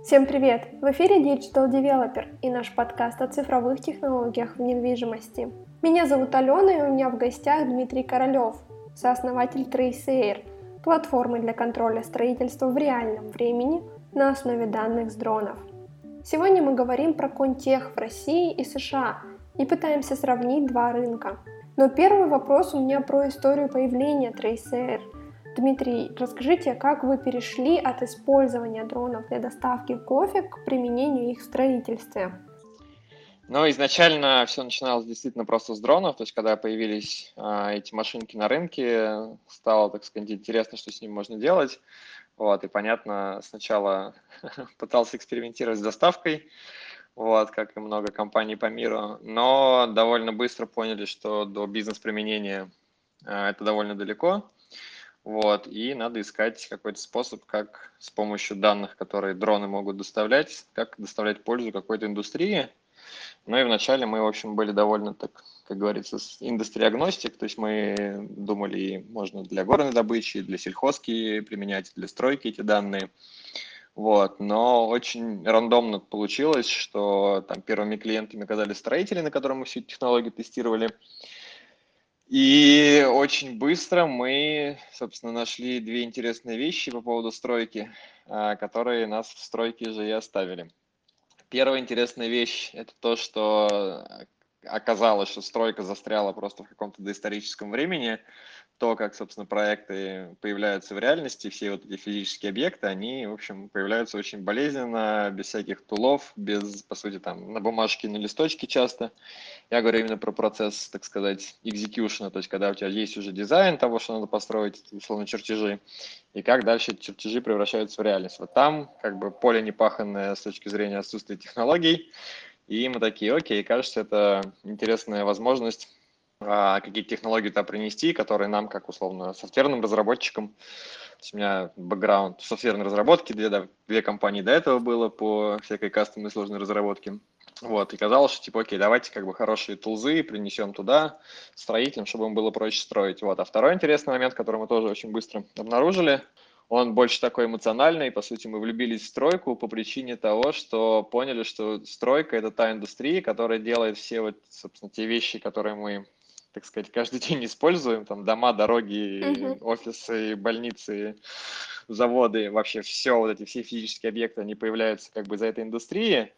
Всем привет! В эфире Digital Developer и наш подкаст о цифровых технологиях в недвижимости. Меня зовут Алена, и у меня в гостях Дмитрий Королев, сооснователь Traceair, платформы для контроля строительства в реальном времени на основе данных с дронов. Сегодня мы говорим про контех в России и США и пытаемся сравнить два рынка. Но первый вопрос у меня про историю появления Traceair. Дмитрий, расскажите, как вы перешли от использования дронов для доставки кофе к применению их в строительстве? Изначально все начиналось действительно просто с дронов, то есть когда появились эти машинки на рынке, стало, так сказать, интересно, что с ними можно делать. И понятно, сначала пытался экспериментировать с доставкой, как и много компаний по миру, но довольно быстро поняли, что до бизнес-применения это довольно далеко. И надо искать какой-то способ, как с помощью данных, которые дроны могут доставлять, как доставлять пользу какой-то индустрии. И вначале мы, в общем, были довольно, так, как говорится, индустрия-агностик, то есть мы думали, можно для горной добычи, для сельхозки применять, для стройки эти данные. Но очень рандомно получилось, что там первыми клиентами оказались строители, на которых мы всю эту технологию тестировали. И очень быстро мы, собственно, нашли две интересные вещи по поводу стройки, которые нас в стройке же и оставили. Первая интересная вещь – это то, что оказалось, что стройка застряла просто в каком-то доисторическом времени. То, как, собственно, проекты появляются в реальности, все вот эти физические объекты, они, в общем, появляются очень болезненно, без всяких тулов, без, по сути, там, на бумажке, на листочке часто. Я говорю именно про процесс, так сказать, execution, то есть когда у тебя есть уже дизайн того, что надо построить, условно, чертежи, и как дальше эти чертежи превращаются в реальность. Там как бы поле непаханное с точки зрения отсутствия технологий, и мы такие, окей, кажется, это интересная возможность какие-то технологии туда принести, которые нам, как условно, софтверным разработчикам, то есть у меня бэкграунд в софтверной разработке, две компании до этого было по всякой кастомной сложной разработке. И казалось, что типа, окей, давайте как бы хорошие тулзы принесем туда строителям, чтобы им было проще строить. А второй интересный момент, который мы тоже очень быстро обнаружили, он больше такой эмоциональный. По сути, мы влюбились в стройку по причине того, что поняли, что стройка – это та индустрия, которая делает все собственно, те вещи, которые мы, так сказать, каждый день используем, там дома, дороги, офисы, больницы, заводы, вообще все эти физические объекты, они появляются как бы из этой индустрии,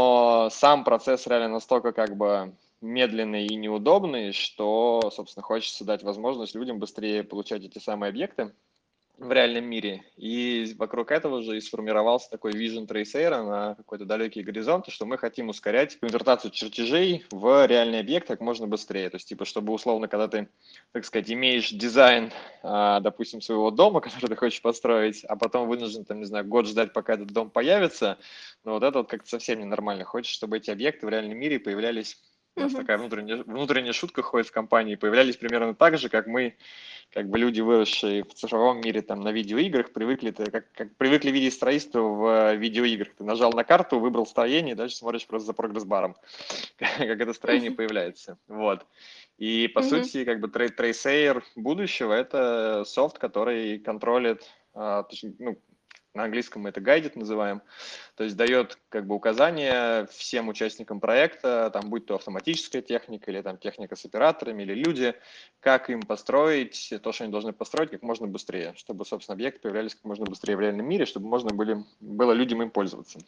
но сам процесс реально настолько как бы медленный и неудобный, что, собственно, хочется дать возможность людям быстрее получать эти самые объекты в реальном мире. И вокруг этого же и сформировался такой vision Traceair на какой-то далекий горизонт, что мы хотим ускорять конвертацию чертежей в реальный объект как можно быстрее. То есть, типа, чтобы условно, когда ты, так сказать, имеешь дизайн, допустим, своего дома, который ты хочешь построить, а потом вынужден, там, не знаю, год ждать, пока этот дом появится, но это как-то совсем ненормально. Хочешь, чтобы эти объекты в реальном мире появлялись. У нас такая внутренняя шутка ходит в компании, появлялись примерно так же, как мы, как бы люди, выросшие в цифровом мире, там, на видеоиграх, привыкли, как привыкли видеть строительство в видеоиграх. Ты нажал на карту, выбрал строение, дальше смотришь просто за прогресс-баром, как это строение появляется. И, по сути, как бы Traceair будущего – это софт, который контролит, на английском мы это guided называем, то есть дает как бы указания всем участникам проекта, там будь то автоматическая техника или там техника с операторами или люди, как им построить то, что они должны построить как можно быстрее, чтобы, собственно, объекты появлялись как можно быстрее в реальном мире, чтобы можно было людям им пользоваться.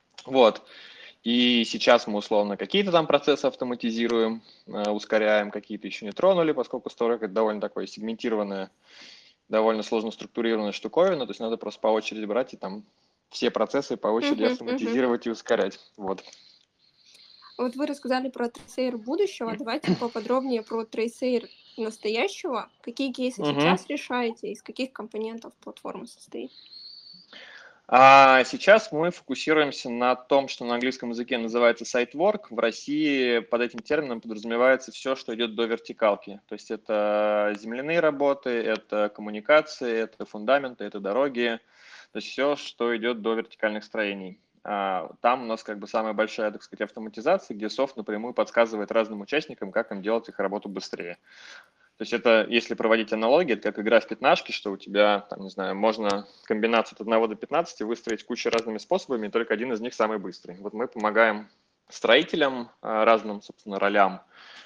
И сейчас мы условно какие-то там процессы автоматизируем, ускоряем, какие-то еще не тронули, поскольку стройка это довольно такое сегментированное, довольно сложно структурированная штуковина, то есть надо просто по очереди брать и там все процессы по очереди автоматизировать и ускорять. Вот вы рассказали про Traceair будущего, давайте поподробнее про Traceair настоящего. Какие кейсы сейчас решаете, из каких компонентов платформа состоит? Сейчас мы фокусируемся на том, что на английском языке называется site work. В России под этим термином подразумевается все, что идет до вертикалки. То есть это земляные работы, это коммуникации, это фундаменты, это дороги. То есть все, что идет до вертикальных строений. Там у нас как бы самая большая, так сказать, автоматизация, где софт напрямую подсказывает разным участникам, как им делать их работу быстрее. То есть это, если проводить аналогии, это как игра в пятнашки, что у тебя, там, не знаю, можно комбинацию от 1 до 15 выстроить кучей разными способами, и только один из них самый быстрый. Вот мы помогаем строителям, разным, собственно, ролям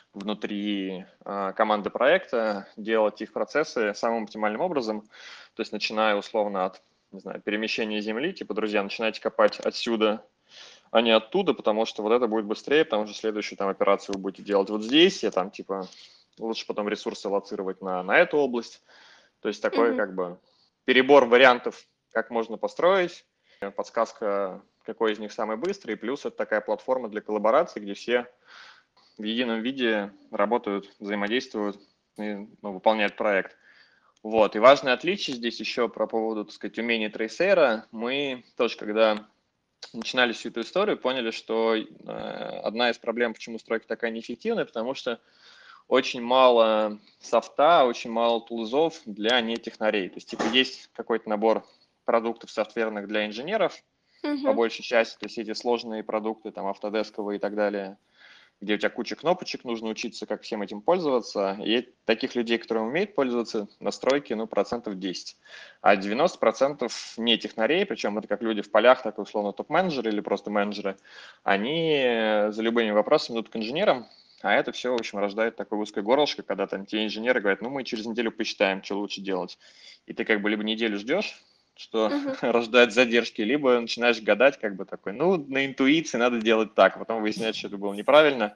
внутри команды проекта делать их процессы самым оптимальным образом. То есть начиная условно от, не знаю, перемещения земли, типа, друзья, начинайте копать отсюда, а не оттуда, потому что вот это будет быстрее, потому что следующую там операцию вы будете делать вот здесь, и там типа лучше потом ресурсы лоцировать на эту область. То есть такой Мгм. как бы перебор вариантов, как можно построить, подсказка, какой из них самый быстрый, и плюс это такая платформа для коллаборации, где все в едином виде работают, взаимодействуют и выполняют проект. Вот. И важное отличие здесь еще про поводу, так сказать, умения трейсера. Мы тоже, когда начинали всю эту историю, поняли, что одна из проблем, почему стройка такая неэффективная, потому что очень мало софта, очень мало тулзов для нетехнарей. То есть, типа, есть какой-то набор продуктов софтверных для инженеров, по Мгм. большей части, то есть эти сложные продукты, там, автодесковые и так далее, где у тебя куча кнопочек, нужно учиться, как всем этим пользоваться. И таких людей, которые умеют пользоваться, настройки, ну, 10%. А 90% не технарей, причем это как люди в полях, так и условно топ-менеджеры или просто менеджеры, они за любыми вопросами идут к инженерам, а это все, в общем, рождает такое узкое горлышко, когда там те инженеры говорят, ну, мы через неделю посчитаем, что лучше делать. И ты как бы либо неделю ждешь, что Мгм. рождает задержки, либо начинаешь гадать, как бы такой, ну, на интуиции надо делать так, а потом выясняется, что это было неправильно,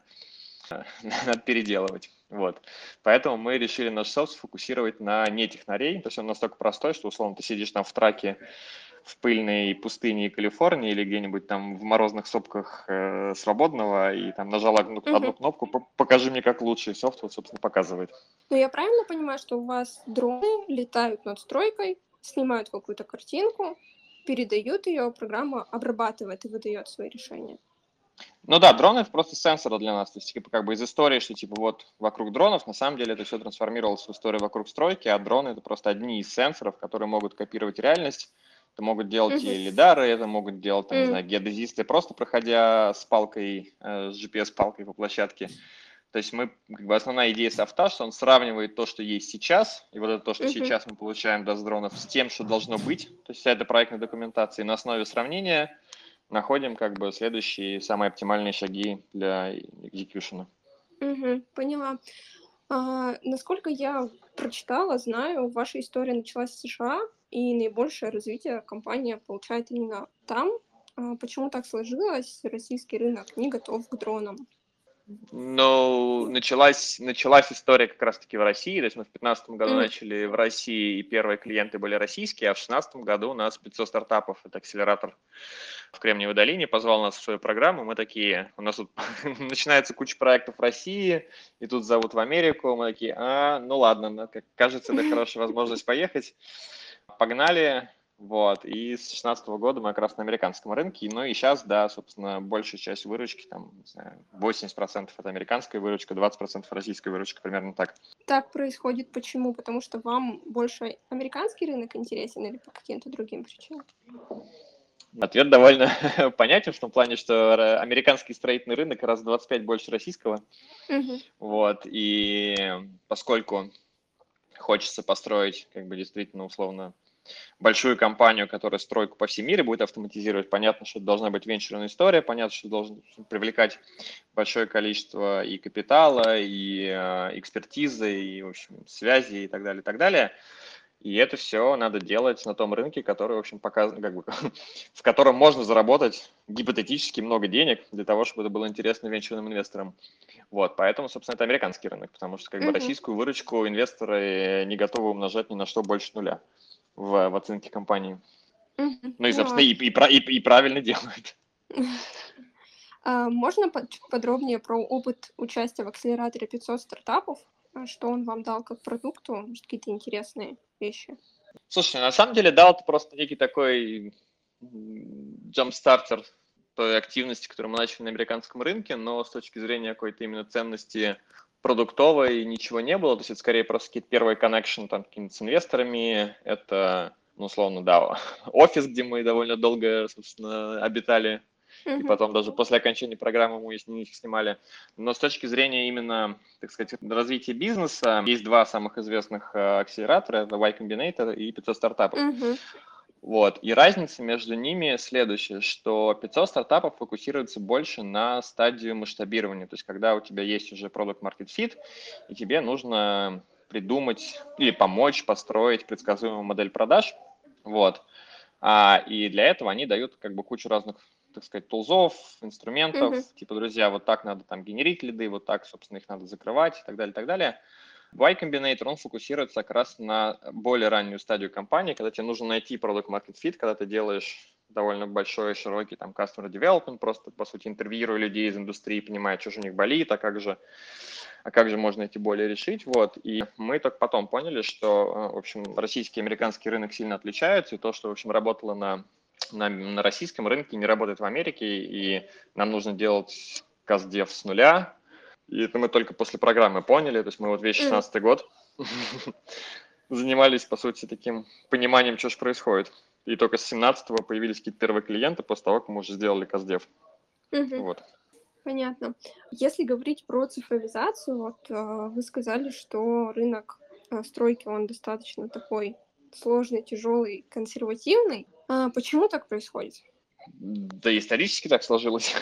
надо переделывать. Вот. Поэтому мы решили наш софт сфокусировать на нетехнарей, то есть он настолько простой, что, условно, ты сидишь там в траке в пыльной пустыне Калифорнии или где-нибудь там в морозных сопках Свободного и там нажал одну Мгм. кнопку, покажи мне как лучше, и софт вот, собственно, показывает. Ну, я правильно понимаю, что у вас дроны летают над стройкой, снимают какую-то картинку, передают ее, программа обрабатывает и выдает свои решения? Ну да, дроны это просто сенсоры для нас. То есть, типа, как бы из истории, что типа вот вокруг дронов, на самом деле это все трансформировалось в историю вокруг стройки, а дроны это просто одни из сенсоров, которые могут копировать реальность. Это могут делать Мгм. и лидары, это могут делать, там, не М. знаю, геодезисты, просто проходя с палкой, с GPS-палкой по площадке. То есть мы, как бы основная идея софта, что он сравнивает то, что есть сейчас, и вот это то, что Мгм. сейчас мы получаем да, с дронов, с тем, что должно быть. То есть вся эта проектная документация. И на основе сравнения находим как бы следующие самые оптимальные шаги для экзекьюшена. Мгм. Поняла. Насколько я прочитала, знаю, ваша история началась в США, и наибольшее развитие компания получает именно там. Почему так сложилось? Российский рынок не готов к дронам. Но началась история как раз-таки в России. То есть мы в 2015 году М. начали в России, и первые клиенты были российские, а в 2016 году у нас 500 стартапов, это акселератор в Кремниевой долине, позвал нас в свою программу. Мы такие, у нас тут начинается куча проектов в России, и тут зовут в Америку. Мы такие, ну ладно, ну, как кажется, это хорошая возможность поехать. Погнали, вот, и с 2016 года мы как раз на американском рынке, ну и сейчас, да, собственно, большая часть выручки, там, не знаю, 80% это американская выручка, 20% российская выручка, примерно так. Так происходит почему? Потому что вам больше американский рынок интересен или по каким-то другим причинам? Ответ довольно понятен в том плане, что американский строительный рынок раз в 25 больше российского, Мгм. вот, и поскольку хочется построить, как бы, действительно, условно, большую компанию, которая стройку по всему миру будет автоматизировать, понятно, что это должна быть венчурная история, понятно, что должен привлекать большое количество и капитала, и экспертизы, и, в общем, связи и так далее, и так далее. И это все надо делать на том рынке, который, в общем, показан, как бы, в котором можно заработать гипотетически много денег для того, чтобы это было интересно венчурным инвесторам. Вот, поэтому, собственно, это американский рынок, потому что как бы Мгм. российскую выручку инвесторы не готовы умножать ни на что больше нуля в оценке компании. Мгм. Ну и, собственно, Поняла. и правильно делают. Можно чуть подробнее про опыт участия в акселераторе 500 стартапов? Что он вам дал как продукту? Может, какие-то интересные вещи? Слушай, на самом деле, да, это просто некий такой джампстартер той активности, которую мы начали на американском рынке, но с точки зрения какой-то именно ценности продуктовой ничего не было. То есть это скорее просто какие-то первые коннекшн там с инвесторами. Это, ну, условно, да, офис, где мы довольно долго, собственно, обитали и Мгм. потом даже после окончания программы мы с них снимали. Но с точки зрения именно, так сказать, развития бизнеса, есть два самых известных акселератора, это Y Combinator и 500 стартапов. Мгм. Вот. И разница между ними следующая, что 500 стартапов фокусируется больше на стадию масштабирования, то есть когда у тебя есть уже product market fit, и тебе нужно придумать или помочь построить предсказуемую модель продаж, вот. И для этого они дают как бы кучу разных, так сказать, тулзов, инструментов, Мгм. типа, друзья, вот так надо там генерить лиды, вот так, собственно, их надо закрывать и так далее, и так далее. Y Combinator, он фокусируется как раз на более раннюю стадию компании, когда тебе нужно найти product market fit, когда ты делаешь довольно большой, широкий там customer development, просто, по сути, интервьюируя людей из индустрии, понимая, что же у них болит, а как же можно эти боли решить, вот. И мы только потом поняли, что, в общем, российский и американский рынок сильно отличаются, и то, что, в общем, работало на российском рынке, не работает в Америке, и нам нужно делать каздев с нуля, и это мы только после программы поняли, то есть мы вот весь М. 16 год занимались, по сути, таким пониманием, что же происходит. И только с 17-го появились какие-то первые клиенты после того, как мы уже сделали каздев. Мгм. Вот. Понятно. Если говорить про цифровизацию, вот вы сказали, что рынок стройки, он достаточно такой сложный, тяжелый, консервативный. Почему так происходит? Да исторически так сложилось.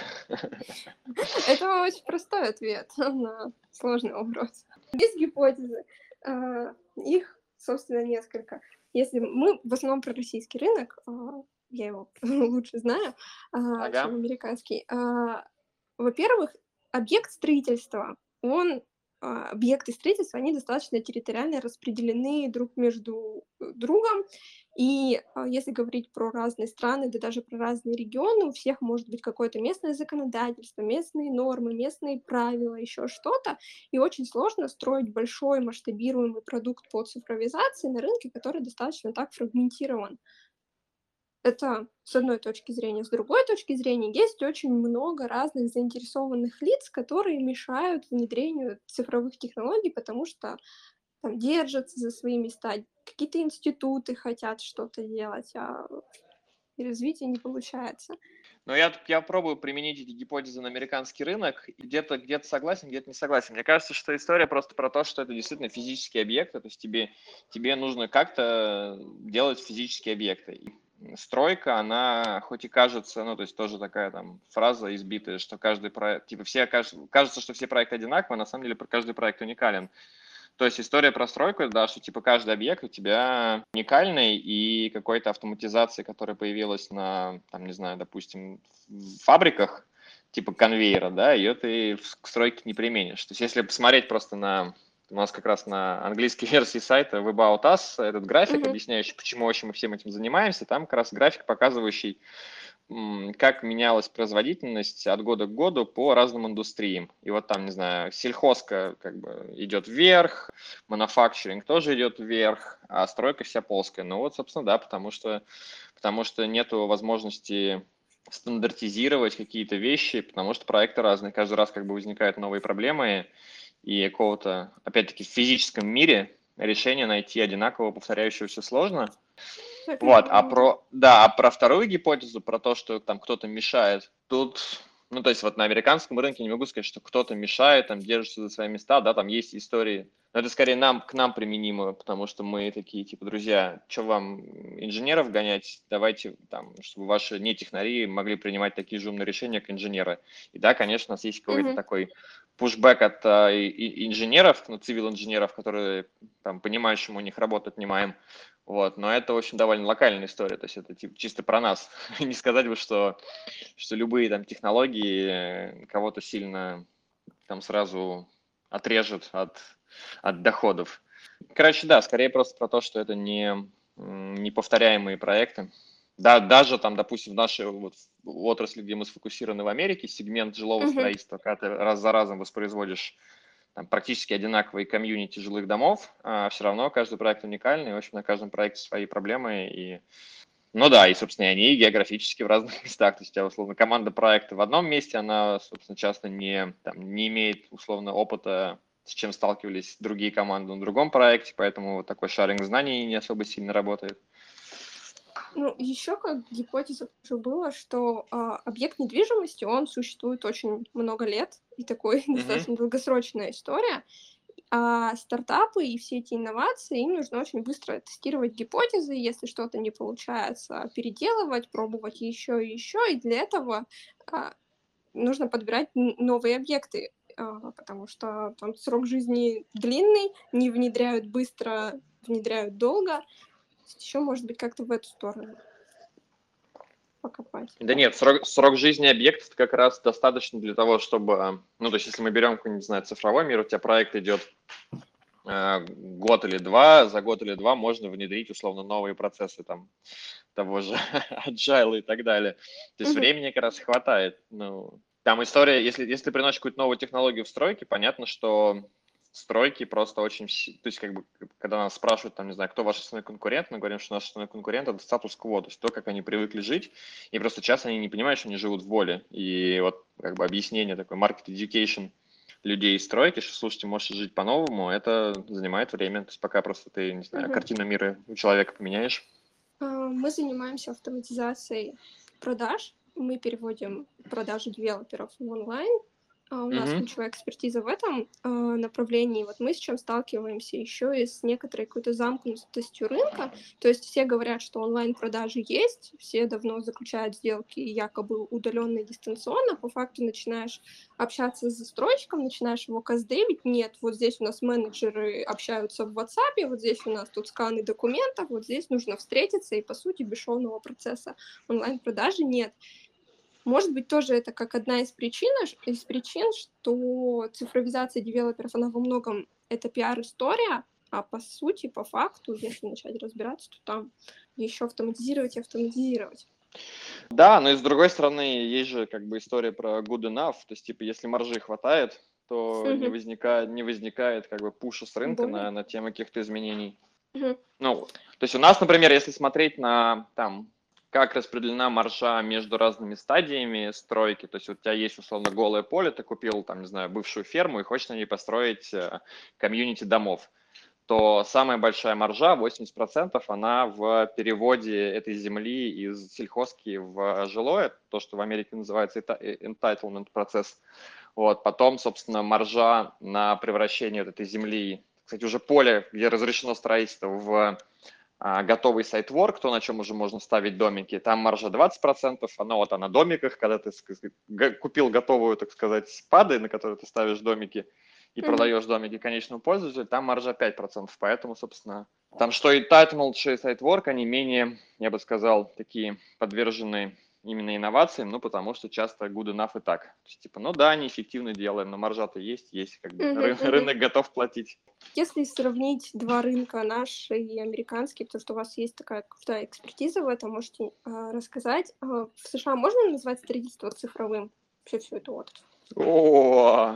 Это очень простой ответ на сложный вопрос. Без гипотезы. Их, собственно, несколько. Если мы в основном про российский рынок, я его лучше знаю, Ага. чем американский. Во-первых, объект строительства, объекты строительства, они достаточно территориально распределены друг между другом. И если говорить про разные страны, да даже про разные регионы, у всех может быть какое-то местное законодательство, местные нормы, местные правила, еще что-то. И очень сложно строить большой масштабируемый продукт по цифровизации на рынке, который достаточно так фрагментирован. Это с одной точки зрения. С другой точки зрения, есть очень много разных заинтересованных лиц, которые мешают внедрению цифровых технологий, потому что там держатся за свои места, какие-то институты хотят что-то делать, и развитие не получается. Но я пробую применить эти гипотезы на американский рынок, и где-то согласен, где-то не согласен. Мне кажется, что история просто про то, что это действительно физические объекты, то есть тебе нужно как-то делать физические объекты. И стройка, она хоть и кажется, ну, то есть тоже такая там фраза избитая, что каждый проект, типа кажется, что все проекты одинаковые, а на самом деле каждый проект уникален. То есть история про стройку, да, что типа каждый объект у тебя уникальный, и какой-то автоматизации, которая появилась на, там, не знаю, допустим, в фабриках, типа конвейера, да, ее ты к стройке не применишь. То есть если посмотреть просто у нас как раз на английской версии сайта Web About Us этот график, Мгм. объясняющий, почему вообще мы всем этим занимаемся, там как раз график, показывающий, как менялась производительность от года к году по разным индустриям. И вот там, не знаю, сельхозка как бы идет вверх, мануфакчеринг тоже идет вверх, а стройка вся плоская. Ну вот, собственно, да, потому что нету возможности стандартизировать какие-то вещи, потому что проекты разные. Каждый раз как бы возникают новые проблемы, и какого-то, опять-таки, в физическом мире решение найти одинаково повторяющегося сложно. Так и Вот, было, да. да, а про вторую гипотезу, про то, что там кто-то мешает, тут, ну, то есть вот на американском рынке не могу сказать, что кто-то мешает, там, держится за свои места, да, там есть истории, но это скорее к нам применимо, потому что мы такие, типа, друзья, что вам инженеров гонять, давайте, там, чтобы ваши не технари могли принимать такие же умные решения, как инженеры. И да, конечно, у нас есть какой-то Мгм. такой пушбэк от инженеров, ну, цивил-инженеров, которые там понимают, что мы у них работу отнимаем. Вот, но это, в общем, довольно локальная история, то есть это типа, чисто про нас. Не сказать бы, что любые там технологии кого-то сильно там сразу отрежут от доходов. Короче, да, скорее просто про то, что это не повторяемые проекты. Да, даже там, допустим, в нашей вот отрасли, где мы сфокусированы в Америке, сегмент жилого Мгм. строительства, когда ты раз за разом воспроизводишь там, практически одинаковые комьюнити жилых домов, все равно каждый проект уникальный, в общем, на каждом проекте свои проблемы, ну да, и, собственно, и они географически в разных местах, то есть, у тебя, условно, команда проекта в одном месте, она, собственно, часто не имеет, условно, опыта, с чем сталкивались другие команды на другом проекте, поэтому вот такой шаринг знаний не особо сильно работает. Ну, еще как гипотеза тоже было, что объект недвижимости, он существует очень много лет, и такой Мгм. достаточно долгосрочная история. А стартапы и все эти инновации, им нужно очень быстро тестировать гипотезы, если что-то не получается, переделывать, пробовать еще и еще, и для этого а, нужно подбирать новые объекты, потому что там срок жизни длинный, не внедряют быстро, внедряют долго. Еще, может быть, как-то в эту сторону покопать. Да нет, срок жизни объектов как раз достаточно для того, чтобы, ну, то есть если мы берем какой-нибудь, не знаю, цифровой мир, у тебя проект идет год или два, за год или два можно внедрить условно новые процессы там того же agile и так далее. То есть Мгм. времени как раз хватает. Ну, там история, если ты приносишь какую-то новую технологию в стройке, понятно, что в стройке просто очень... То есть, как бы, когда нас спрашивают, там, не знаю, кто ваш основной конкурент, мы говорим, что наш основной конкурент – это статус-кво, то есть то, как они привыкли жить, и просто часто они не понимают, что они живут в воле. И вот, как бы, объяснение такое, market education людей из стройки, что, слушайте, можете жить по-новому, это занимает время. То есть, пока просто ты, не знаю, Мгм. картину мира у человека поменяешь. Мы занимаемся автоматизацией продаж. Мы переводим продажи девелоперов в онлайн. У нас Мгм. ключевая экспертиза в этом направлении. Вот мы с чем сталкиваемся еще и с некоторой какой-то замкнутостью рынка. То есть все говорят, что онлайн-продажи есть, все давно заключают сделки якобы удаленно и дистанционно. По факту начинаешь общаться с застройщиком, начинаешь его каздевить. Нет, вот здесь у нас менеджеры общаются в WhatsApp, вот здесь у нас тут сканы документов, вот здесь нужно встретиться, и, по сути, бесшовного процесса онлайн-продажи нет. Может быть, тоже это как одна из причин, что цифровизация девелоперов, она во многом это пиар-история, а по сути, по факту, если начать разбираться, то там еще автоматизировать и автоматизировать. Да, но и с другой стороны, есть же как бы история про good enough, то есть типа если маржи хватает, то Мгм. не возникает как бы пуша с рынка Более. на тему каких-то изменений. Мгм. Ну, то есть у нас, например, если смотреть на там, как распределена маржа между разными стадиями стройки, то есть у тебя есть условно голое поле, ты купил там, не знаю, бывшую ферму и хочешь на ней построить комьюнити домов, то самая большая маржа, 80%, она в переводе этой земли из сельхозки в жилое, то, что в Америке называется entitlement процесс. Вот, потом, собственно, маржа на превращение вот этой земли, кстати, уже поле, где разрешено строительство, в готовый сайт-ворк, то, на чем уже можно ставить домики, там маржа 20%, оно вот на домиках, когда ты купил готовую, так сказать, пады, на которые ты ставишь домики, и Мгм. продаешь домики конечному пользователю, там маржа 5%. Поэтому, собственно, там что и Title, что и SiteWork, они менее, я бы сказал, такие подвержены именно инновациям, ну, потому что часто good enough и так. То есть, типа, ну да, неэффективно делаем, но маржа-то есть, как бы Мгм. Мгм. рынок готов платить. Если сравнить два рынка, наш и американский, потому что у вас есть такая крутая экспертиза в этом, можете рассказать. В США можно назвать строительство цифровым? Вообще всю эту отрасль? О,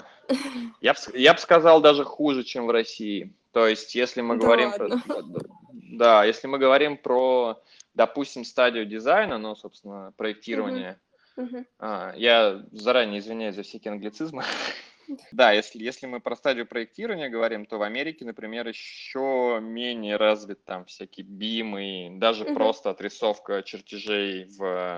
я б сказал даже хуже, чем в России. То есть, если мы Да говорим про, ладно. да, если мы говорим про, допустим, стадию дизайна, ну, собственно, Мгм. проектирования, Мгм. я заранее извиняюсь за всякие англицизмы. Да, если мы про стадию проектирования говорим, то в Америке, например, еще менее развит там всякие BIM и даже Мгм. просто отрисовка чертежей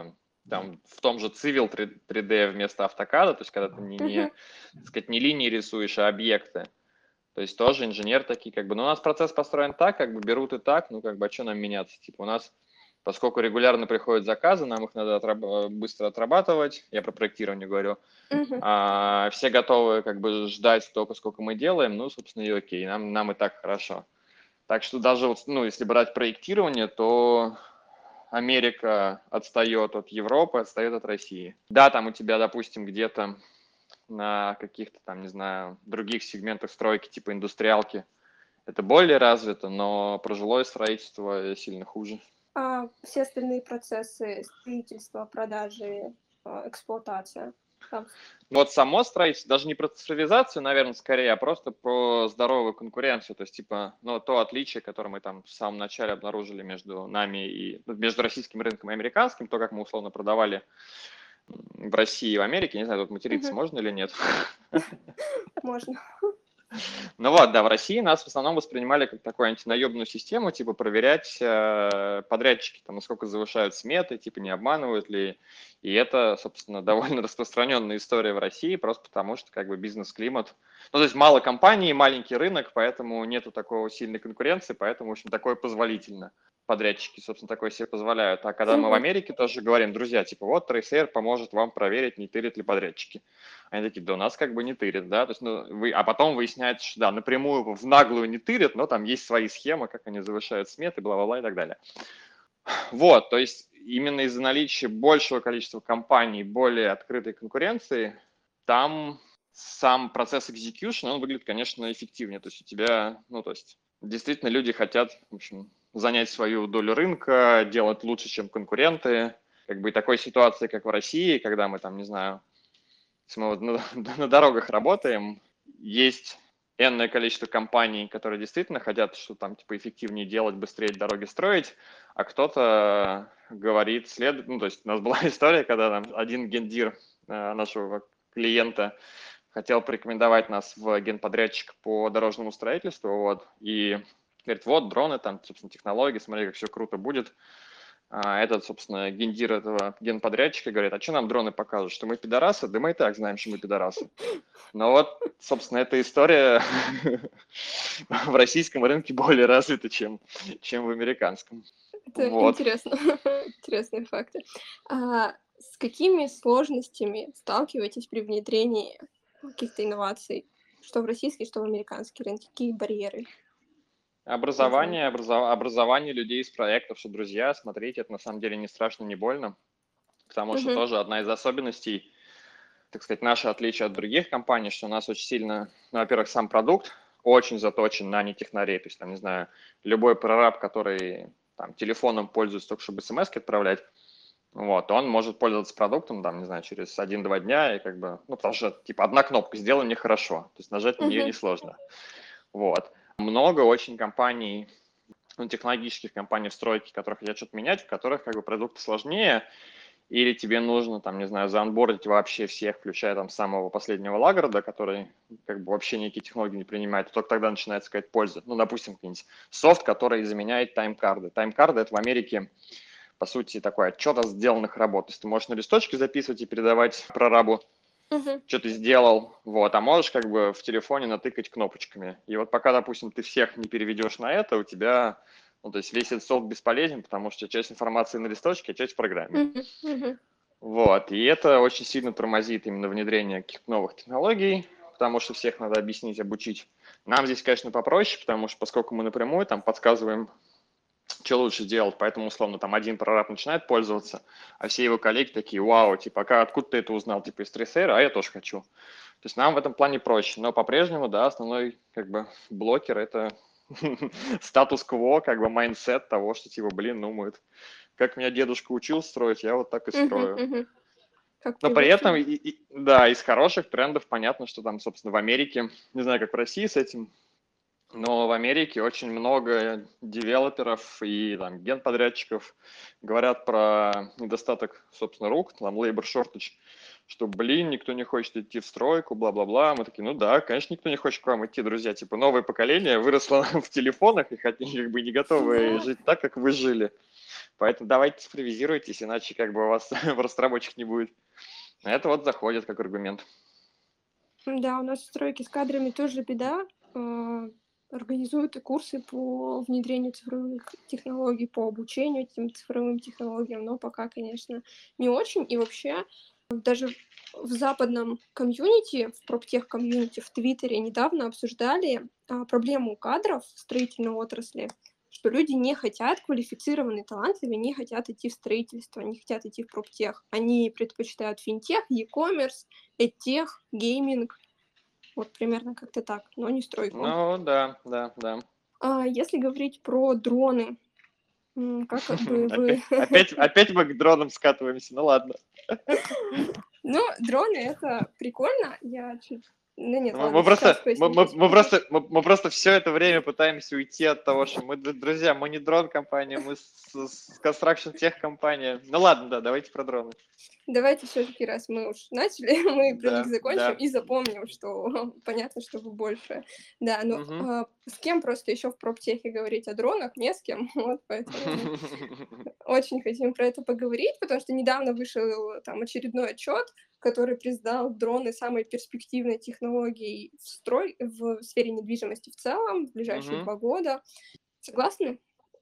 в том же Civil 3D вместо автокада, то есть когда ты Мгм. так сказать, не линии рисуешь, а объекты. То есть тоже инженер такие, как бы, ну, у нас процесс построен так, как бы берут и так, ну, как бы, а что нам меняться? Типа, у нас, поскольку регулярно приходят заказы, нам их надо быстро отрабатывать, я про проектирование говорю, Мгм. все готовы, как бы, ждать столько, сколько мы делаем, ну, собственно, и окей, нам и так хорошо. Так что даже, вот, ну, если брать проектирование, то Америка отстает от Европы, отстает от России. Да, там у тебя, допустим, где-то на каких-то там, не знаю, других сегментах стройки, типа индустриалки, это более развито, но про жилое строительство сильно хуже. А все остальные процессы строительства, продажи, эксплуатация. Там. Вот само строительство, даже не про цифровизацию, наверное, скорее, а просто про здоровую конкуренцию. То есть, типа, ну, то отличие, которое мы там в самом начале обнаружили между нами и ну, между российским рынком и американским, то, как мы условно продавали в России и в Америке, не знаю, тут материться Мгм. можно или нет. Можно. Ну вот, да, в России нас в основном воспринимали как такую антинаебную систему, типа проверять подрядчики, там, насколько завышают сметы, типа не обманывают ли. И это, собственно, довольно распространенная история в России, просто потому что как бы бизнес-климат. Ну, то есть мало компаний, маленький рынок, поэтому нету такого сильной конкуренции, поэтому, в общем, такое позволительно. Подрядчики, собственно, такое себе позволяют. А когда мы в Мгм. Америке тоже говорим, друзья, типа, вот TraceAir поможет вам проверить, не тырят ли подрядчики. Они такие, да у нас как бы не тырят, да, то есть, ну, а потом выясняется, что да, напрямую в наглую не тырят, но там есть свои схемы, как они завышают сметы, бла-бла-бла и так далее. Вот, то есть именно из-за наличия большего количества компаний, более открытой конкуренции, там сам процесс execution, он выглядит, конечно, эффективнее. То есть у тебя, ну, то есть действительно люди хотят, в общем, занять свою долю рынка, делать лучше, чем конкуренты. Как бы и такой ситуации, как в России, когда мы там, не знаю, если мы вот на дорогах работаем, есть энное количество компаний, которые действительно хотят, что там типа эффективнее делать, быстрее дороги строить, а кто-то говорит ну, то есть у нас была история, когда там один гендир нашего клиента хотел порекомендовать нас в генподрядчик по дорожному строительству, вот, и говорит, вот дроны, там, собственно, технологии, смотри, как все круто будет. А этот, собственно, гендир этого генподрядчика говорит, а что нам дроны покажут, что мы пидорасы? Да мы и так знаем, что мы пидорасы. Но вот, собственно, эта история в российском рынке более развита, чем в американском. Это Вот. интересно, интересные факты. С какими сложностями сталкиваетесь при внедрении каких-то инноваций, что в российский, что в американский рынок? Какие барьеры есть для этого? Образование людей из проектов, что, друзья, смотрите, это на самом деле не страшно, не больно, потому что Мгм, тоже одна из особенностей, так сказать, наше отличие от других компаний, что у нас очень сильно, ну, во-первых, сам продукт очень заточен на нетехнарей, то есть, там, не знаю, любой прораб, который там телефоном пользуется только чтобы смс отправлять, вот, он может пользоваться продуктом, там, не знаю, через 1-2 дня, и как бы, ну, потому что, типа, одна кнопка «Сделай мне хорошо», то есть нажать на нее мгм, несложно, вот. Много очень компаний, ну, технологических компаний в стройке, которые хотят что-то менять, в которых, как бы, продукты сложнее, или тебе нужно, там, не знаю, заонбордить вообще всех, включая там самого последнего лагерда, который как бы вообще никакие технологии не принимает, только тогда начинается какая-то польза. Ну, допустим, какой-нибудь софт, который заменяет тайм-карды. Тайм-карды – это в Америке, по сути, такой отчет о сделанных работах. То есть ты можешь на листочке записывать и передавать прорабу, мгм, что ты сделал, вот, а можешь как бы в телефоне натыкать кнопочками. И вот пока, допустим, ты всех не переведешь на это, у тебя, ну, то есть весь этот софт бесполезен, потому что часть информации на листочке, а часть в программе. мгм, мгм, Вот, и это очень сильно тормозит именно внедрение каких-то новых технологий, потому что всех надо объяснить, обучить. Нам здесь, конечно, попроще, потому что поскольку мы напрямую там подсказываем, что лучше делать, поэтому, условно, там один прораб начинает пользоваться, а все его коллеги такие, вау, типа, откуда ты это узнал, типа, из TraceAir, а я тоже хочу. То есть нам в этом плане проще, но по-прежнему, да, основной, как бы, блокер – это статус-кво, как бы, майндсет того, что, типа, блин, ну, мы, как меня дедушка учил строить, я вот так и мгм, строю. мгм. Как Но при этом, привычно. да, из хороших трендов понятно, что там, собственно, в Америке, не знаю, как в России с этим, но в Америке очень много девелоперов и там генподрядчиков говорят про недостаток, собственно, рук, там labor shortage, что, блин, никто не хочет идти в стройку, бла-бла-бла. Мы такие, ну да, конечно, никто не хочет к вам идти, друзья. Типа новое поколение выросло в телефонах и как бы не готовы Да, жить так, как вы жили. Поэтому давайте цифровизируйтесь, иначе как бы у вас в разработчиках не будет. Это вот заходит как аргумент. да, у нас в стройке с кадрами тоже беда. А, Организуют и курсы по внедрению цифровых технологий, по обучению этим цифровым технологиям, но пока, конечно, не очень. И вообще, даже в западном комьюнити, в проптех-комьюнити в Твиттере недавно обсуждали проблему кадров в строительной отрасли, что люди не хотят, квалифицированные, талантливые, не хотят идти в строительство, не хотят идти в проптех. Они предпочитают финтех, e-commerce, эдтех, гейминг, вот примерно как-то так, но не стройку. Ну да, да, да. А если говорить про дроны, как бы вы... Опять мы к дронам скатываемся, ну ладно. Ну, дроны — это прикольно. Я чуть Ну нет, Мы, ладно, мы сейчас просто, поясню, почему. мы просто все это время пытаемся уйти от того, что мы, друзья, мы не дрон-компания, мы с Construction Tech компания. Ну ладно, да, давайте про дроны. Давайте все-таки, раз мы уж начали, мы про них Да, закончим да. и запомним, что понятно, что вы больше. Да, но Мгм. с кем просто еще в проптехе говорить о дронах? Не с кем, вот поэтому мы очень хотим про это поговорить, потому что недавно вышел там очередной отчет, который признал дроны самой перспективной технологией в сфере недвижимости в целом в ближайшие Мгм. 2 года. Согласны?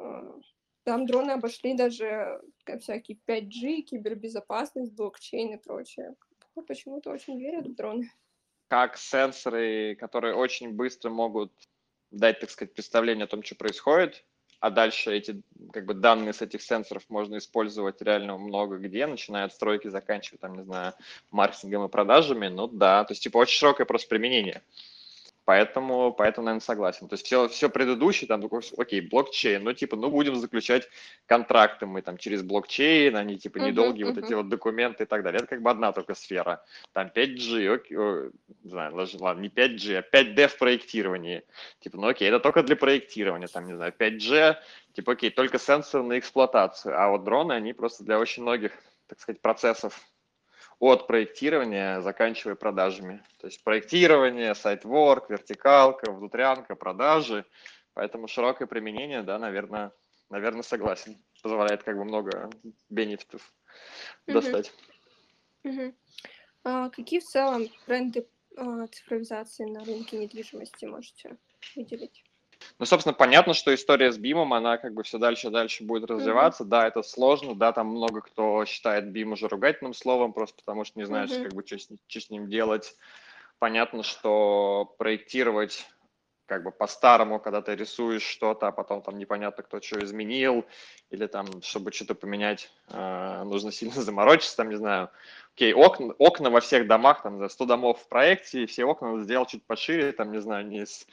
Там дроны обошли даже всякие 5G, кибербезопасность, блокчейн и прочее. Почему-то очень верят в дроны. Как сенсоры, которые очень быстро могут дать, так сказать, представление о том, что происходит, а дальше эти как бы данные с этих сенсоров можно использовать реально много где, начиная от стройки, заканчивая, там, не знаю, маркетингом и продажами, ну да, то есть, типа, очень широкое просто применение. Поэтому, наверное, согласен. То есть все предыдущее, там, такой, окей, блокчейн, ну, типа, ну, будем заключать контракты мы там через блокчейн, они, типа, Мгм, недолгие вот эти мгм, вот документы и так далее. Это как бы одна только сфера. Там 5G, окей, не знаю, ладно, не 5G, а 5D в проектировании. Типа, ну, окей, это только для проектирования, там, не знаю, 5G, типа, окей, только сенсор на эксплуатацию. А вот дроны, они просто для очень многих, так сказать, процессов от проектирования, заканчивая продажами. То есть проектирование, сайт-ворк, вертикалка, внутрянка, продажи. Поэтому широкое применение, да, наверное, согласен. Позволяет как бы много бенефитов мгм, достать. мгм. Какие в целом тренды цифровизации на рынке недвижимости можете выделить? Ну, собственно, понятно, что история с BIM, она как бы все дальше и дальше будет Мгм, развиваться. Да, это сложно, да, там много кто считает BIM уже ругательным словом, просто потому что не знаешь, мгм, как бы, что с ним делать. Понятно, что проектировать как бы по-старому, когда ты рисуешь что-то, а потом там непонятно, кто что изменил, или там, чтобы что-то поменять, нужно сильно заморочиться, там, не знаю. Окей, окна во всех домах, там, за 100 домов в проекте, и все окна надо сделать чуть пошире, там, не знаю, не с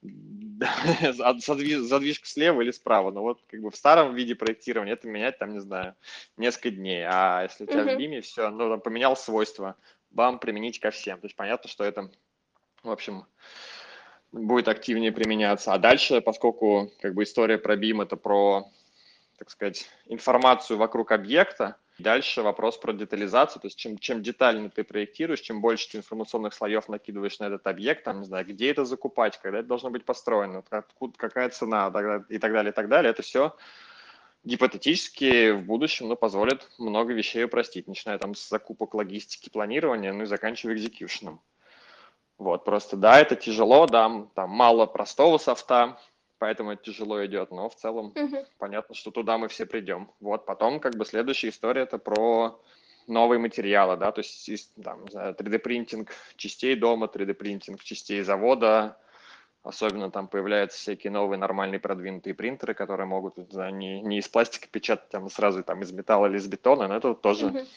задвижка слева или справа, но вот как бы в старом виде проектирования это менять, там, не знаю, несколько дней, а если у тебя в мгм, BIM все, ну, там, поменял свойства, бам, применить ко всем, то есть понятно, что это, в общем, будет активнее применяться. А дальше, поскольку как бы история про BIM это про, так сказать, информацию вокруг объекта, дальше вопрос про детализацию, то есть чем детально ты проектируешь, чем больше ты информационных слоев накидываешь на этот объект, там, не знаю, где это закупать, когда это должно быть построено, откуда, какая цена и так далее, и так далее, это все гипотетически в будущем, ну, позволит много вещей упростить, начиная там с закупок, логистики, планирования, ну и заканчивая экзекьюшеном. Вот, просто, да, это тяжело, да, там мало простого софта, поэтому это тяжело идет, но в целом мгм, понятно, что туда мы все придем. Вот, потом, как бы, следующая история – это про новые материалы, да, то есть, там, не знаю, 3D-принтинг частей дома, 3D-принтинг частей завода, особенно там появляются всякие новые нормальные продвинутые принтеры, которые могут, не знаю, не из пластика печатать, там, сразу там из металла или из бетона, но это вот тоже мгм,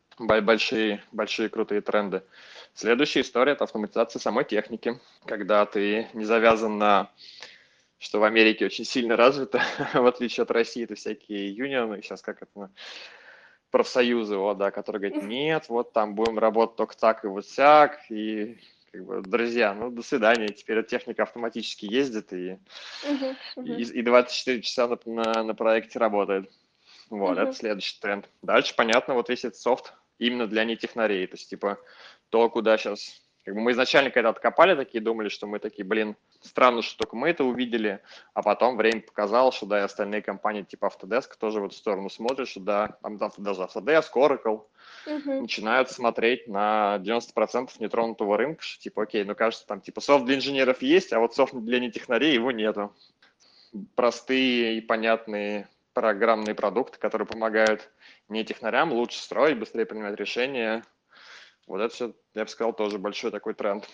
большие крутые тренды. Следующая история – это автоматизация самой техники, когда ты не завязан на, что в Америке очень сильно развито, в отличие от России, это всякие юнионы, сейчас как это, профсоюзы, вот, да, которые говорят, нет, вот там будем работать только так и вот сяк, и как бы, друзья, ну, до свидания, теперь эта техника автоматически ездит мгм, мгм, и 24 часа на проекте работает. Вот, это мгм, следующий тренд. Дальше, понятно, вот весь этот софт именно для нетехнарей. То есть, типа, то, куда сейчас... Как бы мы изначально когда откопали такие, думали, что мы такие, блин, странно, что только мы это увидели, а потом время показало, что да, и остальные компании типа Autodesk тоже в эту сторону смотрят, что да, там даже Autodesk, Oracle мгм, начинают смотреть на 90% нетронутого рынка, что типа, окей, ну кажется, там типа софт для инженеров есть, а вот софт для нетехнарей его нету. Простые и понятные программные продукты, которые помогают не технарям лучше строить, быстрее принимать решения. Вот это все, я бы сказал, тоже большой такой тренд.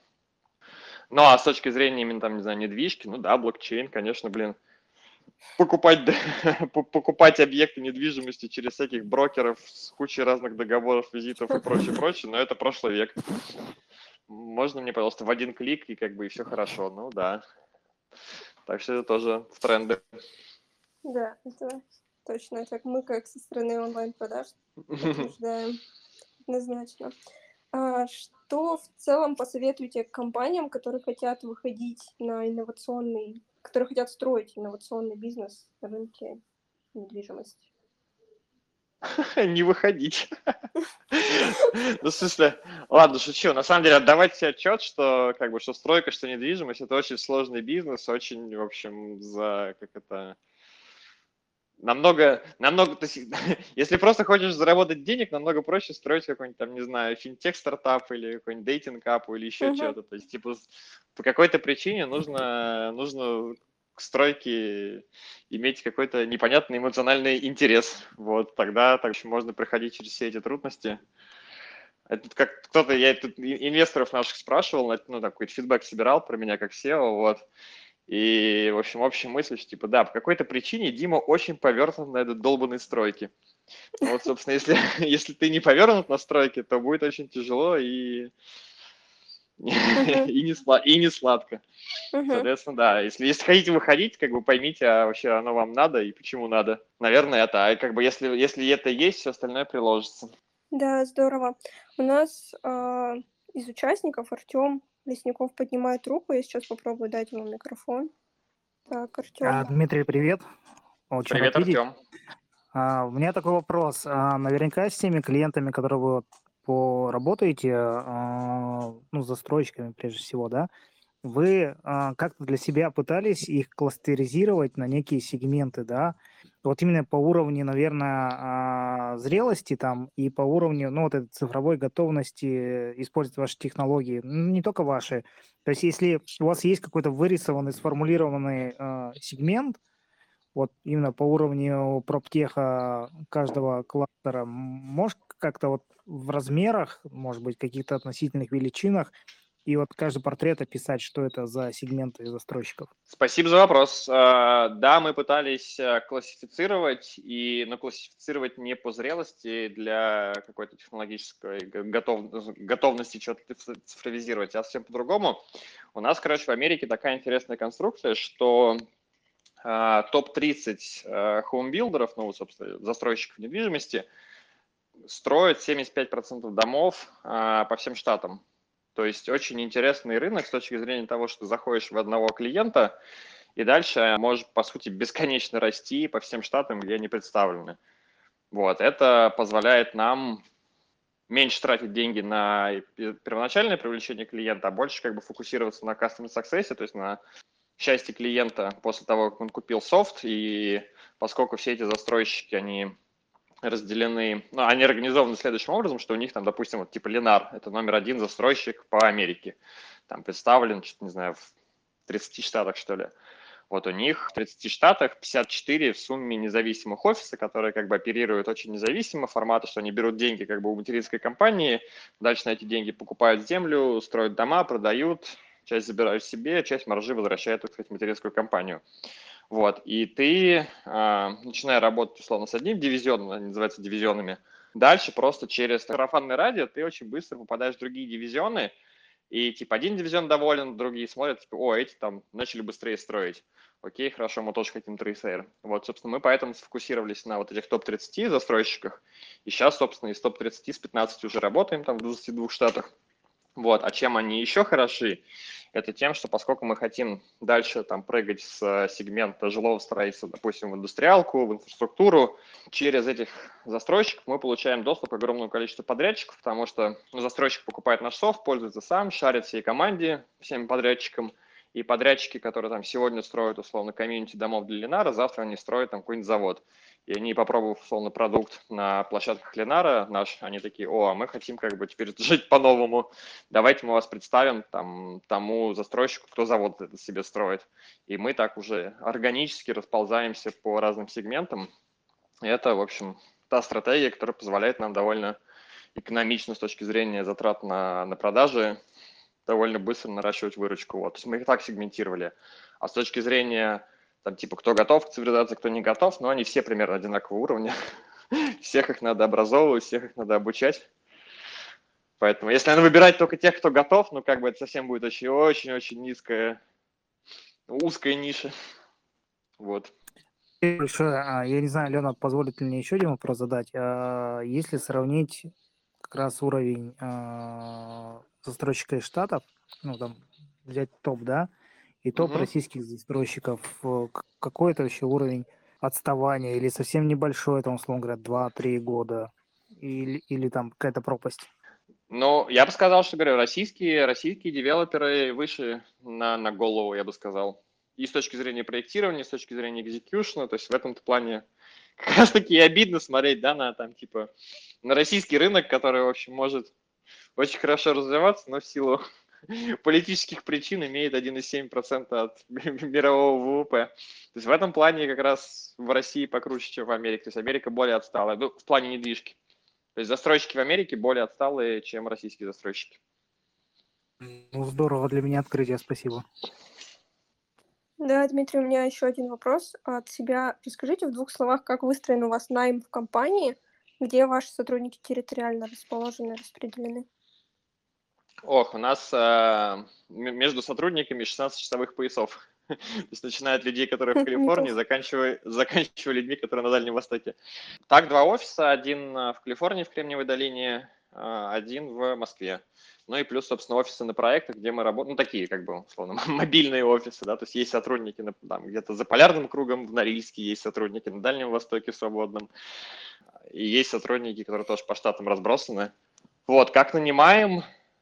Ну, а с точки зрения именно там, не знаю, недвижки, ну да, блокчейн, конечно, блин, покупать, покупать объекты недвижимости через всяких брокеров с кучей разных договоров, визитов и прочее, но это прошлый век. Можно мне, пожалуйста, в один клик и как бы и все хорошо. Ну да. Так что это тоже в тренды. Да, это точно. Это мы, как со стороны онлайн-продаж, подтверждаем однозначно. Что в целом посоветуете компаниям, которые хотят выходить на которые хотят строить инновационный бизнес на рынке недвижимости? Не выходить. Ну, в смысле, ладно, шучу. На самом деле, отдавать себе отчет, что как бы что стройка, что недвижимость, это очень сложный бизнес, очень, в общем, как это, намного, то есть, если просто хочешь заработать денег, намного проще строить какой-нибудь там, не знаю, финтех-стартап или какой-нибудь дейтинг-ап или еще Мгм. что-то. То есть, типа, по какой-то причине нужно к стройке иметь какой-то непонятный эмоциональный интерес. Вот, тогда так еще можно проходить через все эти трудности. Это как кто-то, я тут инвесторов наших спрашивал, ну, там какой-то фидбэк собирал про меня как SEO, вот. И, в общем, общая мысль, что, типа, да, по какой-то причине Дима очень повернут на этот долбанной стройке. Ну вот, собственно, если, если ты не повернут на стройке, то будет очень тяжело и, Мгм. и не сладко. Мгм. Соответственно, да, если хотите выходить, как бы поймите, а вообще оно вам надо и почему надо. Наверное, это, а как бы если это есть, все остальное приложится. Да, здорово. У нас из участников Артем Лесников поднимает руку. Я сейчас попробую дать ему микрофон. Так, Артем. Дмитрий, привет. Очень Привет, рад видеть. Артем. У меня такой вопрос. Наверняка с теми клиентами, которые вы вот поработаете, ну, с застройщиками прежде всего, да, вы как-то для себя пытались их кластеризировать на некие сегменты, да? Вот именно по уровню, наверное, зрелости там и по уровню, ну, вот этой цифровой готовности использовать ваши технологии, не только ваши. То есть если у вас есть какой-то вырисованный, сформулированный сегмент, вот именно по уровню проптеха каждого кластера, можешь как-то вот в размерах, может быть, каких-то относительных величинах, и вот каждый портрет описать, что это за сегменты застройщиков? Спасибо за вопрос. Да, мы пытались классифицировать, но классифицировать не по зрелости для какой-то технологической готовности что-то цифровизировать, а совсем по-другому. У нас, короче, в Америке такая интересная конструкция, что топ-30 хоумбилдеров, ну, собственно, застройщиков недвижимости, строят 75% домов по всем штатам. То есть очень интересный рынок с точки зрения того, что заходишь в одного клиента, и дальше можешь, по сути, бесконечно расти по всем штатам, где они представлены. Вот, это позволяет нам меньше тратить деньги на первоначальное привлечение клиента, а больше как бы фокусироваться на customer success, то есть на счастье клиента после того, как он купил софт, и поскольку все эти застройщики, они разделены, ну, они организованы следующим образом, что у них там, допустим, вот типа Ленар, это номер один застройщик по Америке, там представлен, что-то, не знаю, в 30 штатах, что ли. Вот у них в 30 штатах 54 в сумме независимых офиса, которые как бы оперируют очень независимо, формата, что они берут деньги как бы у материнской компании, дальше на эти деньги покупают землю, строят дома, продают, часть забирают себе, часть маржи возвращают, так сказать, в материнскую компанию. Вот, и ты, начиная работать, условно, с одним дивизионом, они называются дивизионами, дальше просто через сарафанное радио ты очень быстро попадаешь в другие дивизионы, и типа один дивизион доволен, другие смотрят, типа, о, эти там начали быстрее строить. Окей, хорошо, мы тоже хотим трейсейр. Вот, собственно, мы поэтому сфокусировались на вот этих топ-30 застройщиках. И сейчас, собственно, из топ-30 с 15 уже работаем там в 22 штатах. Вот, а чем они еще хороши? Это тем, что поскольку мы хотим дальше там прыгать с сегмента жилого строительства, допустим, в индустриалку, в инфраструктуру, через этих застройщиков мы получаем доступ к огромному количеству подрядчиков, потому что застройщик покупает наш софт, пользуется сам, шарит всей команде, всем подрядчикам, и подрядчики, которые там сегодня строят, условно, комьюнити домов для Ленара, завтра они строят там какой-нибудь завод. И они, попробовав, условно, продукт на площадках Ленара наш, они такие, о, а мы хотим как бы теперь жить по-новому, давайте мы вас представим там, тому застройщику, кто завод это себе строит. И мы так уже органически расползаемся по разным сегментам. И это, в общем, та стратегия, которая позволяет нам довольно экономично с точки зрения затрат на продажи довольно быстро наращивать выручку. Вот. То есть мы их так сегментировали. А с точки зрения, там, типа, кто готов к цивилизации, кто не готов, но они все примерно одинакового уровня. Всех их надо образовывать, всех их надо обучать. Поэтому, если надо выбирать только тех, кто готов, ну, как бы это совсем будет очень-очень низкая, узкая ниша. Вот. Большое. Я не знаю, Лена, позволит ли мне еще один вопрос задать. Если сравнить как раз уровень застройщика из Штатов, ну, там, взять топ, да, и топ Мгм. российских застройщиков, какой это вообще уровень отставания, или совсем небольшой, там, условно говоря, 2-3 года, или там какая-то пропасть? Ну, я бы сказал, что, говорю, российские девелоперы выше на голову, я бы сказал. И с точки зрения проектирования, и с точки зрения экзекьюшена, то есть в этом плане как раз таки и обидно смотреть, да, на там, типа, на российский рынок, который, в общем, может очень хорошо развиваться, но в силу политических причин имеет 1,7% от мирового ВВП. То есть в этом плане как раз в России покруче, чем в Америке. То есть Америка более отсталая, ну, в плане недвижки. То есть застройщики в Америке более отсталые, чем российские застройщики. Ну, здорово, для меня открытие, спасибо. Да, Дмитрий, у меня еще один вопрос от себя. Расскажите в 2 словах, как выстроен у вас найм в компании, где ваши сотрудники территориально расположены, распределены? Ох, у нас между сотрудниками 16 часовых поясов. То есть начиная от людей, которые в Калифорнии, Неплохо. заканчивая людьми, которые на Дальнем Востоке. Так, 2 офиса, один в Калифорнии, в Кремниевой долине, один в Москве. Ну и плюс, собственно, офисы на проектах, где мы работаем, ну такие, как бы, условно, мобильные офисы, да, то есть есть сотрудники там, где-то за полярным кругом в Норильске, есть сотрудники на Дальнем Востоке в Свободном, и есть сотрудники, которые тоже по штатам разбросаны. Вот, как нанимаем,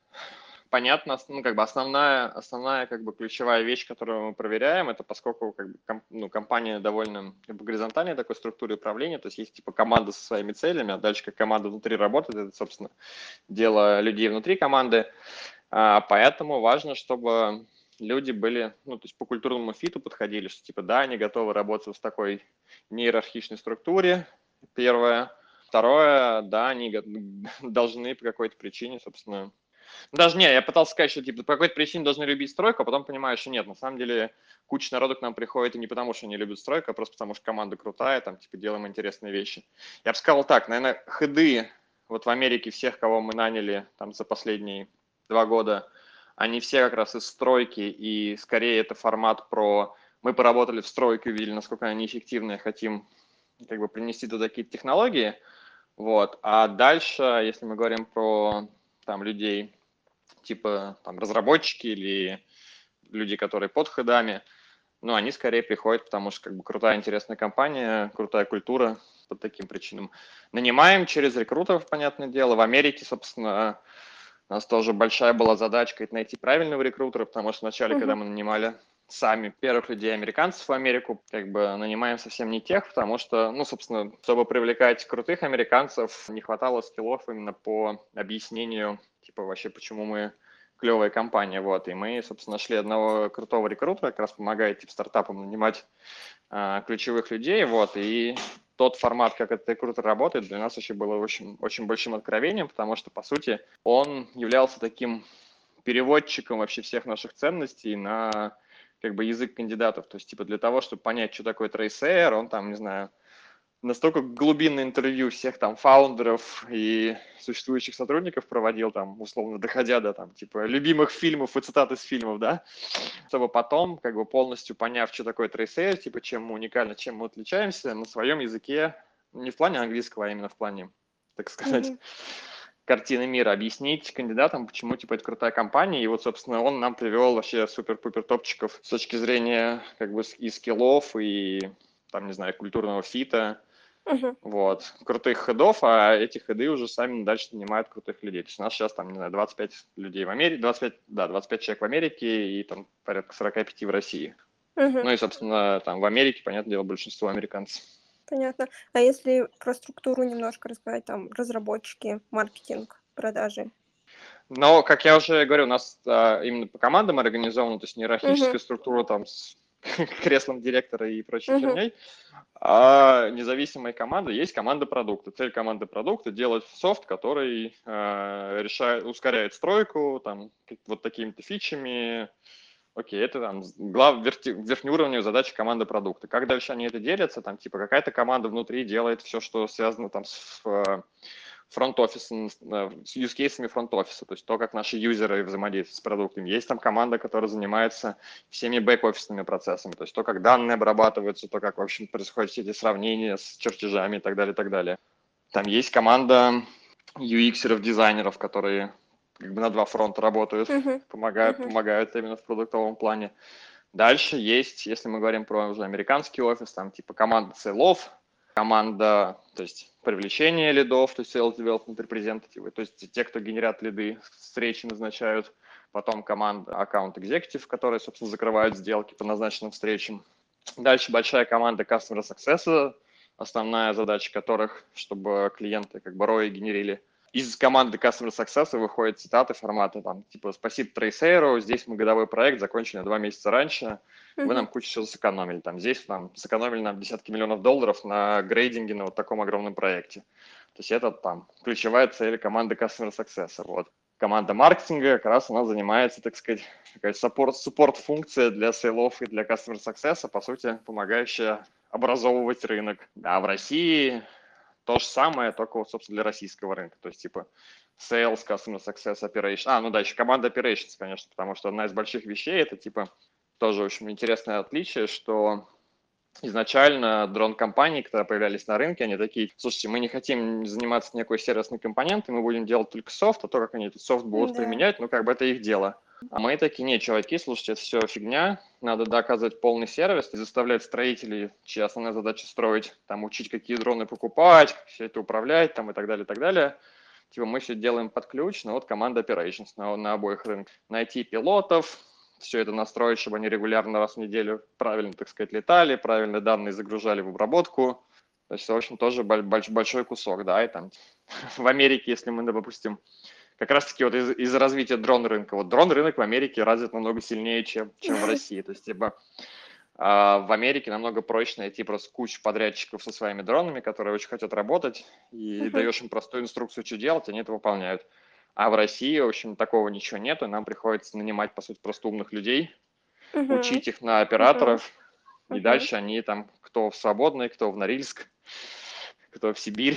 понятно, ну, как бы основная как бы ключевая вещь, которую мы проверяем, это поскольку как бы, компания довольно как бы, горизонтальной такой структуры управления, то есть есть типа команда со своими целями, а дальше как команда внутри работает, это, собственно, дело людей внутри команды, поэтому важно, чтобы люди были, ну, то есть по культурному фиту подходили, что типа да, они готовы работать в такой неиерархичной структуре, первое. Второе, да, они должны по какой-то причине, собственно, даже не, я пытался сказать, что типа по какой-то причине должны любить стройку, а потом понимаешь, что нет, на самом деле куча народу к нам приходит и не потому, что они любят стройку, а просто потому, что команда крутая, там типа делаем интересные вещи. Я бы сказал так, наверное, хеды вот в Америке всех, кого мы наняли там за последние 2 года, они все как раз из стройки, и скорее это формат про мы поработали в стройке, увидели, насколько они эффективны, хотим как бы принести туда какие-то технологии, вот. А дальше, если мы говорим про там людей, типа там разработчики или люди, которые под хедами, ну, они скорее приходят, потому что как бы крутая, интересная компания, крутая культура по таким причинам. Нанимаем через рекрутеров, понятное дело. В Америке, собственно, у нас тоже большая была задачка это найти правильного рекрутера, потому что вначале, когда Мгм. мы нанимали сами первых людей американцев в Америку, как бы нанимаем совсем не тех, потому что, ну, собственно, чтобы привлекать крутых американцев, не хватало скиллов именно по объяснению, типа, вообще, почему мы клевая компания, вот, и мы, собственно, нашли одного крутого рекрутера, как раз помогает, типа, стартапам нанимать ключевых людей, вот, и тот формат, как этот рекрутер работает, для нас еще было очень, очень большим откровением, потому что, по сути, он являлся таким переводчиком вообще всех наших ценностей на как бы язык кандидатов. То есть, типа, для того, чтобы понять, что такое трейсер, он там, не знаю, настолько глубинное интервью всех там фаундеров и существующих сотрудников проводил, там, условно, доходя до там, типа, любимых фильмов и цитат из фильмов, да, чтобы потом, как бы, полностью поняв, что такое трейсер, типа, чем мы уникальны, чем мы отличаемся, на своем языке, не в плане английского, а именно в плане, так сказать, Мгм. картины мира, объяснить кандидатам, почему, типа, это крутая компания, и вот, собственно, он нам привел вообще супер-пупер топчиков с точки зрения, как бы, и скиллов, и, там, не знаю, культурного фита, Мгм. вот, крутых хедов, а эти хеды уже сами дальше нанимают крутых людей. То есть у нас сейчас там, не знаю, 25 людей в Америке, 25, да, 25 человек в Америке и там порядка 45 в России. Мгм. Ну и, собственно, там в Америке, понятное дело, большинство американцев. Понятно. А если про структуру немножко рассказать, там разработчики, маркетинг, продажи? Но, как я уже говорю, у нас именно по командам организована, то есть не Мгм. иерархическая структура там с креслом директора и прочей Мгм. херней, а независимая команда, есть команда продукта. Цель команды продукта – делать софт, который ускоряет стройку, там, вот такими-то фичами. Окей, это там верхнеуровневая задача команды продукта. Как дальше они это делятся? Там, типа, какая-то команда внутри делает все, что связано там с фронт-офисом, с юзкейсами фронт-офиса, то есть то, как наши юзеры взаимодействуют с продуктами. Есть там команда, которая занимается всеми бэк-офисными процессами, то есть то, как данные обрабатываются, то, как, в общем, происходят все эти сравнения с чертежами и так далее, и так далее. Там есть команда UX-еров, дизайнеров, которые как бы на два фронта работают, помогают именно в продуктовом плане. Дальше есть, если мы говорим про уже американский офис, там типа команда сейлов, команда, то есть привлечение лидов, то есть sales development representative, то есть те, кто генерят лиды, встречи назначают, потом команда аккаунт executive, которые, собственно, закрывают сделки по назначенным встречам. Дальше большая команда customer success, основная задача которых, чтобы клиенты как бы ROI генерили. Из команды Customer Success выходят цитаты формата там, типа «Спасибо Трейсейру, здесь мы годовой проект закончили на 2 месяца раньше, вы нам кучу всего сэкономили. Там, здесь нам сэкономили нам десятки миллионов долларов на грейдинге на вот таком огромном проекте». То есть это там ключевая цель команды Customer Success. Вот. Команда маркетинга как раз она занимается, так сказать, такая суппорт-функция для сейлов и для Customer Success, по сути, помогающая образовывать рынок. А в России то же самое, только, вот, собственно, для российского рынка. То есть, типа, Sales, Customer Success, Operation. Ну да, еще команда Operations, конечно, потому что одна из больших вещей, это, типа, тоже очень интересное отличие, что изначально дрон-компании, когда появлялись на рынке, они такие: слушайте, мы не хотим заниматься никакой сервисной компонентой, мы будем делать только софт, а то, как они этот софт будут применять, ну, как бы это их дело. А мы такие: нет, чуваки, слушайте, это все фигня, надо доказывать полный сервис, заставлять строителей, чья основная задача строить, там, учить, какие дроны покупать, как все это управлять, там, и так далее, и так далее. Типа, мы все делаем под ключ, но вот команда Operations на обоих рынках. Найти пилотов, все это настроить, чтобы они регулярно раз в неделю правильно, так сказать, летали, правильно данные загружали в обработку. То есть, в общем, тоже большой кусок, да, и там в Америке, если мы, допустим, как раз-таки вот из развития дрон-рынка. Вот дрон-рынок в Америке развит намного сильнее, чем в России. То есть, типа, в Америке намного проще найти просто кучу подрядчиков со своими дронами, которые очень хотят работать, и даешь им простую инструкцию, что делать, они это выполняют. А в России, в общем, такого ничего нету, и нам приходится нанимать, по сути, просто умных людей, учить их на операторов, и дальше они там, кто в Свободный, кто в Норильск, кто в Сибирь,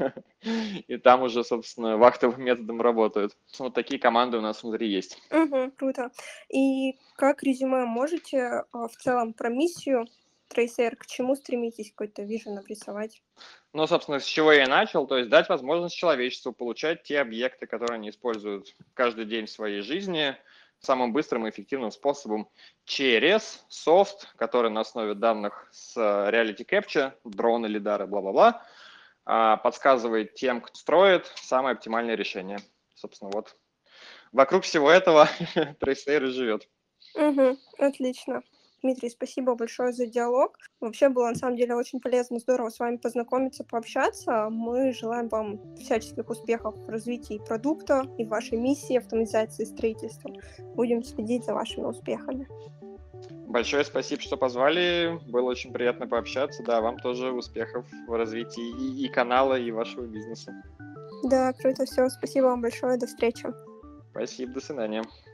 и там уже, собственно, вахтовым методом работают. Вот такие команды у нас внутри есть. Круто. И как резюме можете в целом про миссию Трейсейр, к чему стремитесь, какой-то вижен обрисовать? Ну, собственно, с чего я и начал, то есть дать возможность человечеству получать те объекты, которые они используют каждый день в своей жизни, самым быстрым и эффективным способом через софт, который на основе данных с Reality Capture, дроны, лидары, бла-бла-бла, подсказывает тем, кто строит, самое оптимальное решение. Собственно, вот вокруг всего этого Трейсейр и живет. Отлично. Дмитрий, спасибо большое за диалог. Вообще было, на самом деле, очень полезно, здорово с вами познакомиться, пообщаться. Мы желаем вам всяческих успехов в развитии продукта и в вашей миссии автоматизации строительства. Будем следить за вашими успехами. Большое спасибо, что позвали. Было очень приятно пообщаться. Да, вам тоже успехов в развитии и канала, и вашего бизнеса. Да, круто, все. Спасибо вам большое. До встречи. Спасибо, до свидания.